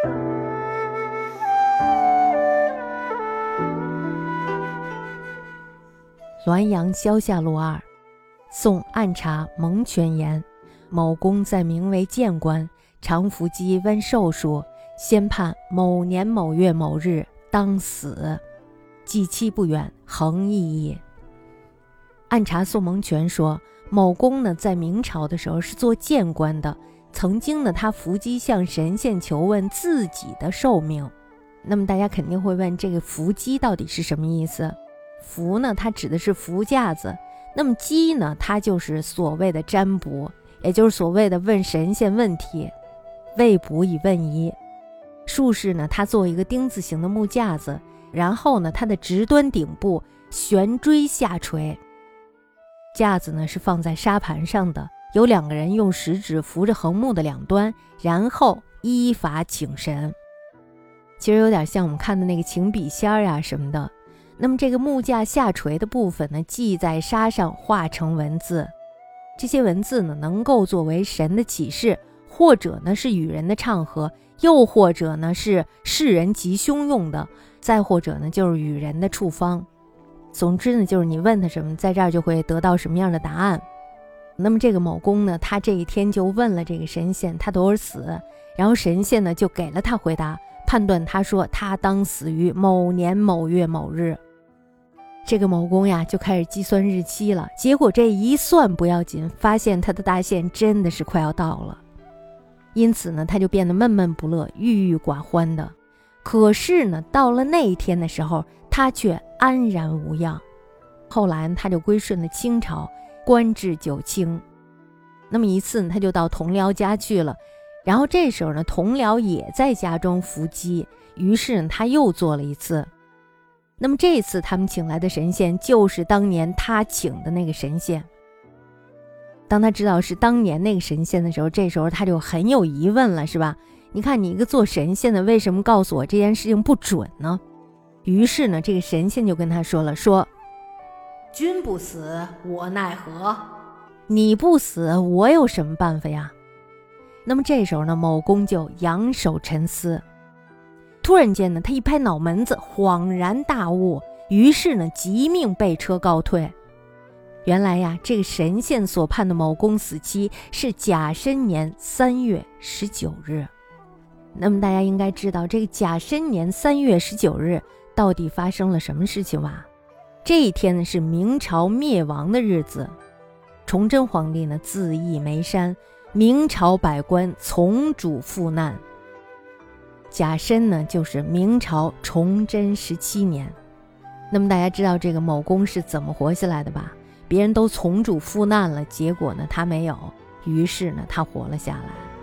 滦阳萧下路二，宋按察蒙权言：某公在名为谏官，常伏击问寿数，先判某年某月某日当死，计期不远，恒毅也。按察宋蒙权说，某公呢在明朝的时候是做谏官的，曾经呢他伏击向神仙求问自己的寿命。那么大家肯定会问，这个伏击到底是什么意思？伏呢它指的是伏架子，那么击呢它就是所谓的占卜，也就是所谓的问神仙问题，未卜以问疑。术士呢他做一个丁字形的木架子，然后呢它的直端顶部悬锥下垂，架子呢是放在沙盘上的，有两个人用食指扶着横木的两端，然后依法请神。其实有点像我们看的那个请笔仙啊什么的。那么这个木架下垂的部分呢，记在沙上画成文字，这些文字呢能够作为神的启示，或者呢是与人的唱和，又或者呢是世人吉凶用的，再或者呢就是与人的处方。总之呢就是你问他什么，在这儿就会得到什么样的答案。那么这个某公呢，他这一天就问了这个神仙他多少死，然后神仙呢就给了他回答，判断他说他当死于某年某月某日。这个某公呀就开始计算日期了，结果这一算不要紧，发现他的大限真的是快要到了，因此呢他就变得闷闷不乐，郁郁寡欢的。可是呢到了那一天的时候，他却安然无恙。后来他就归顺了清朝，官至九卿。那么一次呢他就到同僚家去了，然后这时候呢同僚也在家中伏击，于是呢他又做了一次。那么这次他们请来的神仙就是当年他请的那个神仙。当他知道是当年那个神仙的时候，这时候他就很有疑问了，是吧？你看你一个做神仙的，为什么告诉我这件事情不准呢？于是呢这个神仙就跟他说了，说君不死我奈何，你不死我有什么办法呀？那么这时候呢某公就仰首沉思，突然间呢他一拍脑门子，恍然大悟，于是呢即命备车告退。原来呀这个神仙所判的某公死期是甲申年3月19日。那么大家应该知道，这个甲申年3月19日到底发生了什么事情吧？这一天呢是明朝灭亡的日子，崇祯皇帝呢自缢煤山，明朝百官从主赴难。甲申呢就是明朝崇祯17年。那么大家知道这个某公是怎么活下来的吧？别人都从主赴难了，结果呢他没有，于是呢他活了下来。